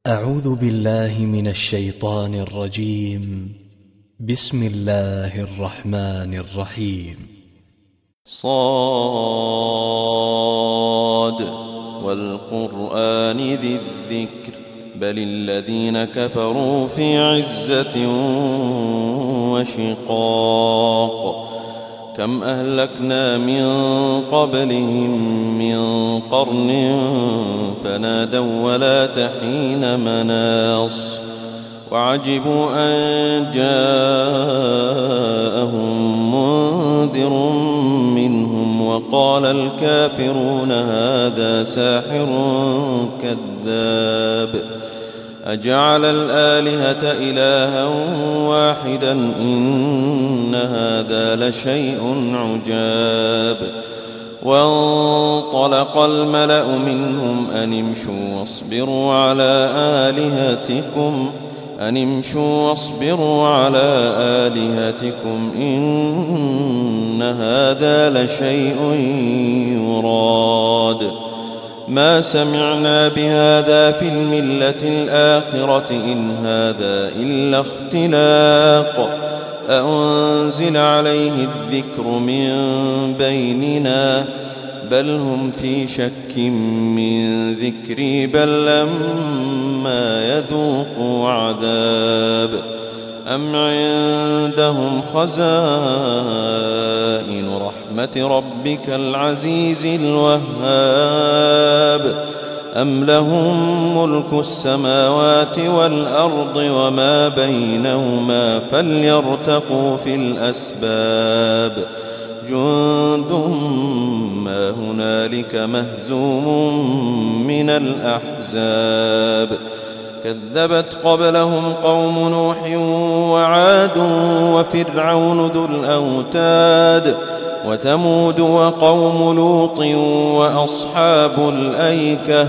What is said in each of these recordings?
أعوذ بالله من الشيطان الرجيم. بسم الله الرحمن الرحيم. صاد والقرآن ذي الذكر بل الذين كفروا في عزة وشقاق كم أهلكنا من قبلهم من قرن فنادوا ولا تحين مناص وعجبوا أن جاءهم منذر منهم وقال الكافرون هذا ساحر كذاب أجعل الآلهة إلها واحدا إن هذا لشيء عجاب وانطلق الملأ منهم أن امشوا واصبروا على آلهتكم إن هذا لشيء يراد ما سمعنا بهذا في الملة الآخرة إن هذا إلا اختلاق أأنزل عليه الذكر من بيننا بل هم في شك من ذكري بل لما يذوقوا عذاب أم عندهم خزائن رحمة ربك العزيز الوهاب أم لهم ملك السماوات والأرض وما بينهما فليرتقوا في الأسباب جند ما هنالك مهزوم من الأحزاب كذبت قبلهم قوم نوح وعاد وفرعون ذو الأوتاد وثمود وقوم لوط وأصحاب الأيكة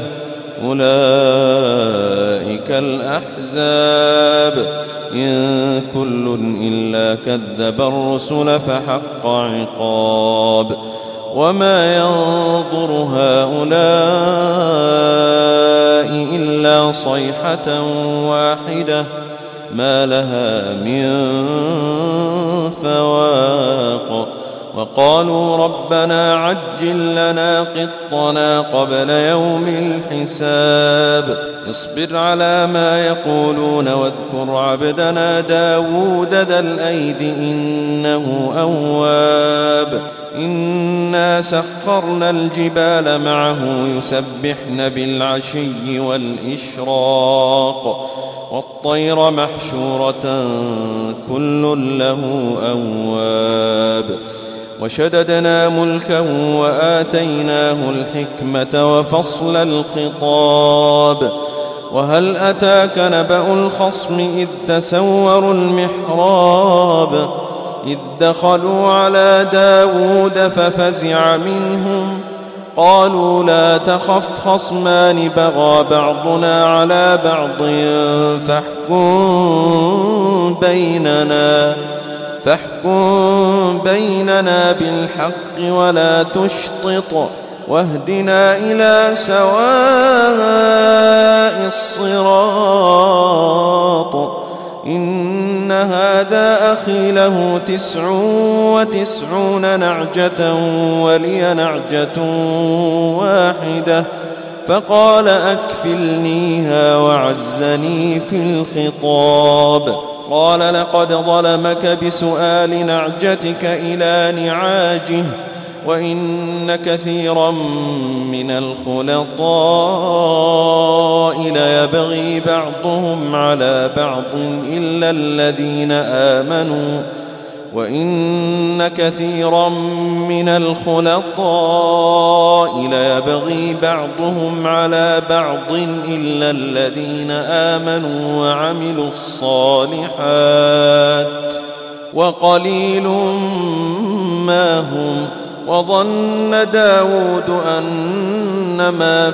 أولئك الأحزاب إن كل إلا كذب الرسل فحق عقاب وما ينظر هؤلاء إلا صيحة واحدة ما لها من فواق وقالوا ربنا عجل لنا قطنا قبل يوم الحساب اصبر على ما يقولون واذكر عبدنا داود ذا الأيد إنه أواب إنا سخرنا الجبال معه يسبحن بالعشي والإشراق والطير محشورة كل له أواب وشددنا ملكه وآتيناه الحكمة وفصل الخطاب وهل أتاك نبأ الخصم إذ تسوروا المحراب إذ دخلوا على داود ففزع منهم قالوا لا تخف خصمان بغى بعضنا على بعض فاحكم بيننا بالحق ولا تشطط واهدنا إلى سواء الصراط إن هذا أخي له 99 نعجة ولي نعجة واحدة فقال أكفلنيها وعزني في الخطاب قال لقد ظلمك بسؤال نعجتك إلى نعاجه وإن كثيرا من الخلطاء ليبغي بعضهم على بعض إلا الذين آمنوا وإن كثيرا من الخلطاء ليبغي بعضهم على بعض إلا الذين آمنوا وعملوا الصالحات وقليل ما هم وظن داود أنما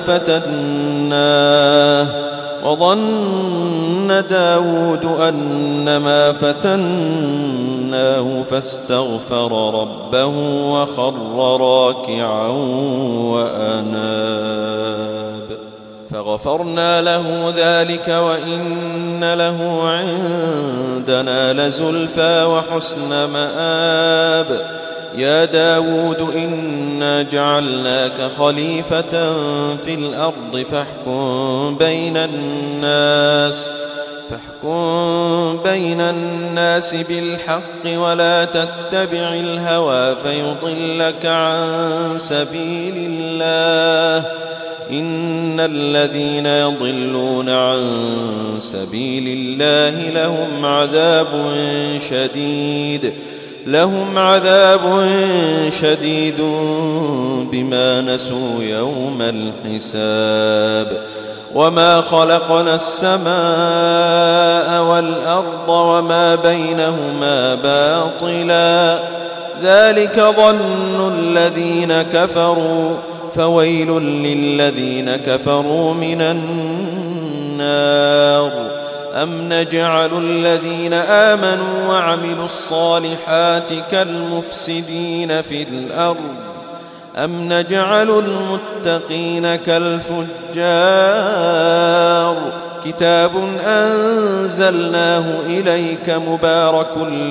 فتناه فاستغفر ربه وخر راكعا وأناب فغفرنا له ذلك وإن له عندنا لزلفى وحسن مآب. يا داود إنا جعلناك خليفة في الأرض فاحكم بين الناس بالحق ولا تتبع الهوى فيضلك عن سبيل الله. إن الذين يضلون عن سبيل الله لهم عذاب شديد بما نسوا يوم الحساب. وما خلقنا السماء والأرض وما بينهما باطلا ذلك ظن الذين كفروا فويل للذين كفروا من النار. أم نجعل الذين آمنوا وعملوا الصالحات كالمفسدين في الأرض أم نجعل المتقين كالفجار. كتاب أنزلناه إليك مبارك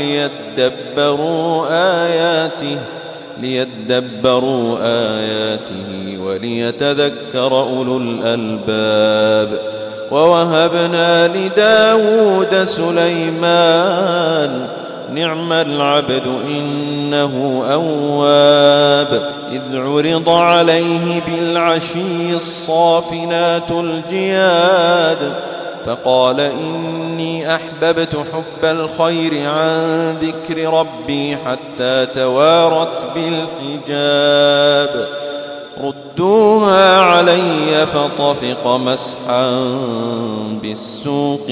ليدبروا آياته وليتذكر أولو الألباب. ووهبنا لداود سليمان نعم العبد إنه أواب. إذ عرض عليه بالعشي الصافنات الجياد فقال إني أحببت حب الخير عن ذكر ربي حتى توارت بالحجاب. ردوها علي فطفق مسحا بالسوق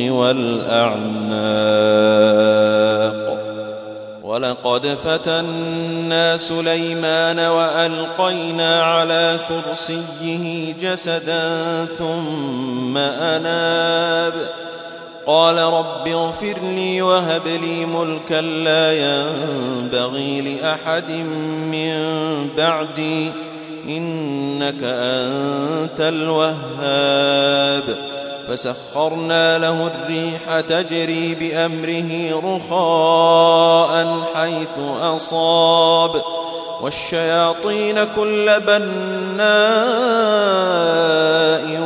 والأعناق. ولقد فتنا سليمان وألقينا على كرسيه جسدا ثم أناب. قال رب اغفر لي وهب لي ملكا لا ينبغي لأحد من بعدي إنك أنت الوهاب. فسخرنا له الريح تجري بأمره رخاء حيث أصاب والشياطين كل بناء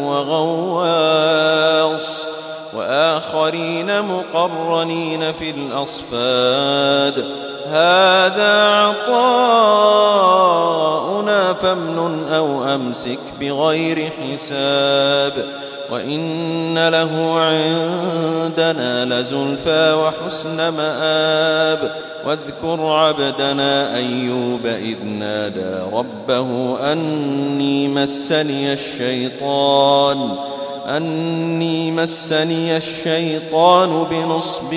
وغواص وآخرين مقرنين في الأصفاد. هذا عطاؤنا فامنن أو أمسك بغير حساب. وإن له عندنا لزلفى وحسن مآب. واذكر عبدنا أيوب إذ نادى ربه أني مسني الشيطان بنصب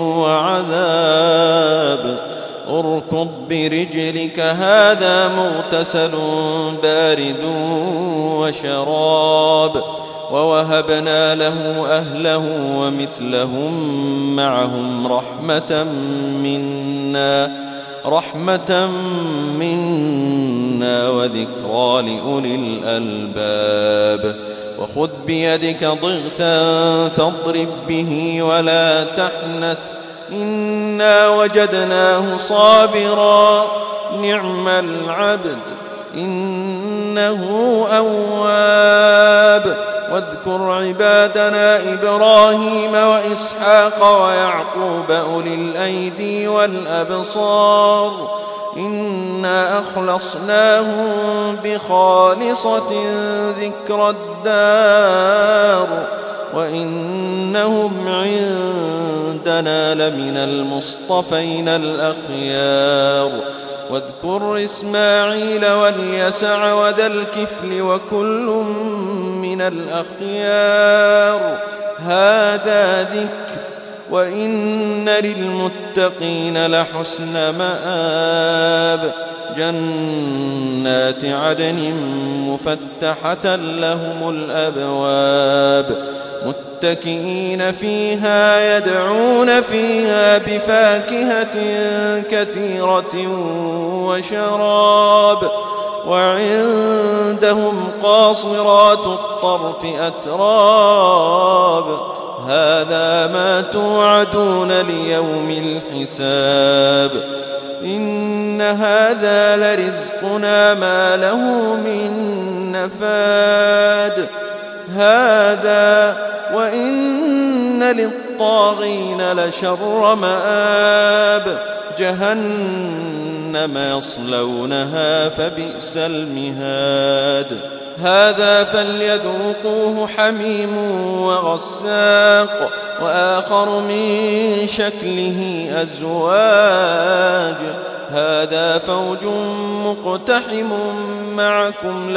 وعذاب. اركض برجلك هذا مغتسل بارد وشراب. ووهبنا له أهله ومثلهم معهم رحمة منا وذكرى لأولي الألباب. وخذ بيدك ضغثا فاضرب به ولا تحنث إنا وجدناه صابرا نعم العبد إنه أواب. واذكر عبادنا إبراهيم وإسحاق ويعقوب أولي الأيدي والأبصار إنا أخلصناهم بخالصة ذكر الدار وإنهم عندنا لمن المصطفين الأخيار. واذكر إسماعيل واليسع وذا الكفل وكل من الأخيار. هذا ذكر وإن للمتقين لحسن مآب. جنات عدن مفتحة لهم الأبواب متكئين فيها يدعون فيها بفاكهة كثيرة وشراب. وعندهم قاصرات الطرف أتراب هذا ما توعدون ليوم الحساب إن هذا لرزقنا ما له من نفاد هذا وإن للطاغين لشر مآب جهنم يصلونها فبئس المهاد هذا فليذوقوه حميم وغساق وآخر من شكله أزواج هذا فوج مقتحم معكم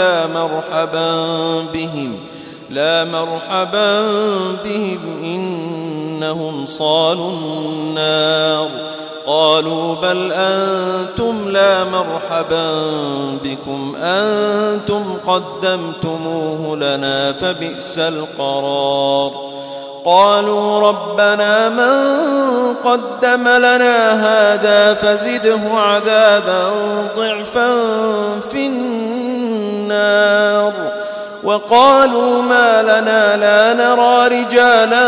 لا مرحبا بهم إنهم صالوا النار قالوا بل أنتم لا مرحبا بكم أنتم قدمتموه لنا فبئس القرار قالوا ربنا من قدم لنا هذا فزده عذابا ضعفا في النار وقالوا ما لنا لا نرى رجالا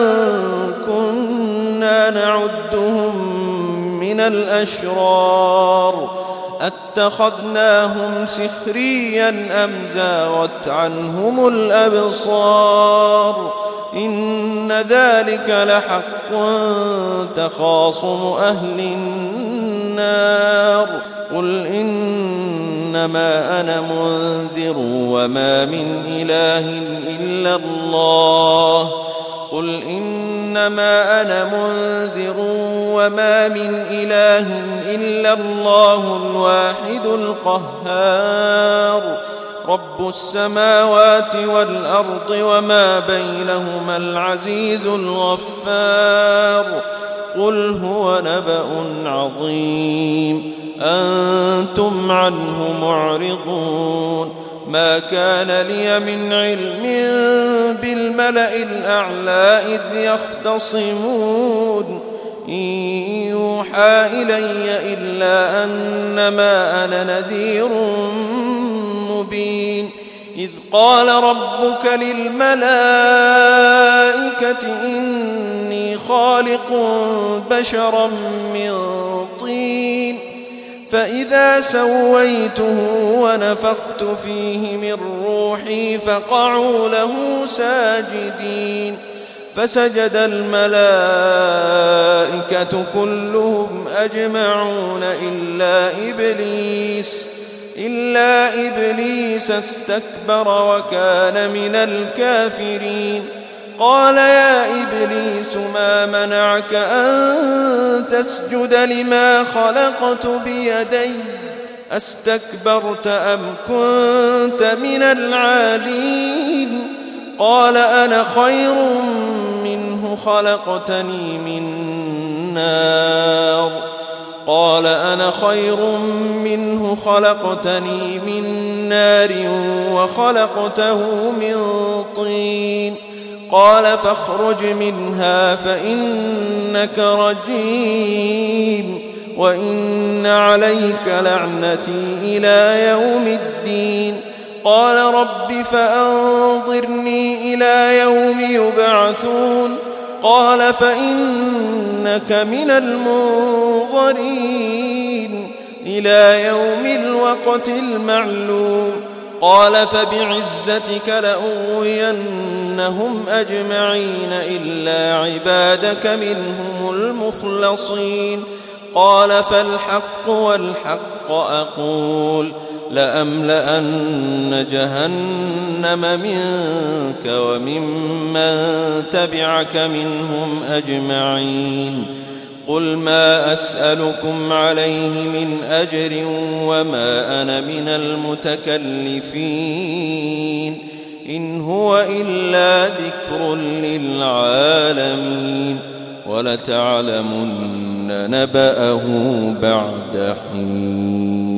كنا نعدهم من الأشرار أتخذناهم سخريا أم زاغت عنهم الأبصار إن ذلك لحق تخاصم أهل النار قل إنما أنا منذر وما من إله إلا الله الواحد القهار رب السماوات والأرض وما بينهما العزيز الغفار قل هو نبأ عظيم أنتم عنه معرضون ما كان لي من علم بالملأ الأعلى إذ يختصمون إن يوحى إلي إلا أنما أنا نذير مبين إذ قال ربك للملائكة إني خالق بشرا من طين فإذا سويته ونفخت فيه من روحي فقعوا له ساجدين فسجد الملائكة كلهم أجمعون إلا إبليس استكبر وكان من الكافرين قال يا إبليس ما منعك أن تسجد لما خلقت بيدي أستكبرت أم كنت من العالين قال أنا خير منه خلقتني من نار وخلقته من طين قال فاخرج منها فإنك رجيم وإن عليك لعنتي إلى يوم الدين قال رب فأنظرني إلى يوم يبعثون قال فإنك من المنظرين إلى يوم الوقت المعلوم قال فبعزتك لأغوينهم أجمعين إلا عبادك منهم المخلصين قال فالحق والحق أقول لأملأن جهنم منك وممن تبعك منهم أجمعين قل ما أسألكم عليه من أجر وما أنا من المتكلفين إن هو إلا ذكر للعالمين ولتعلمن نبأه بعد حين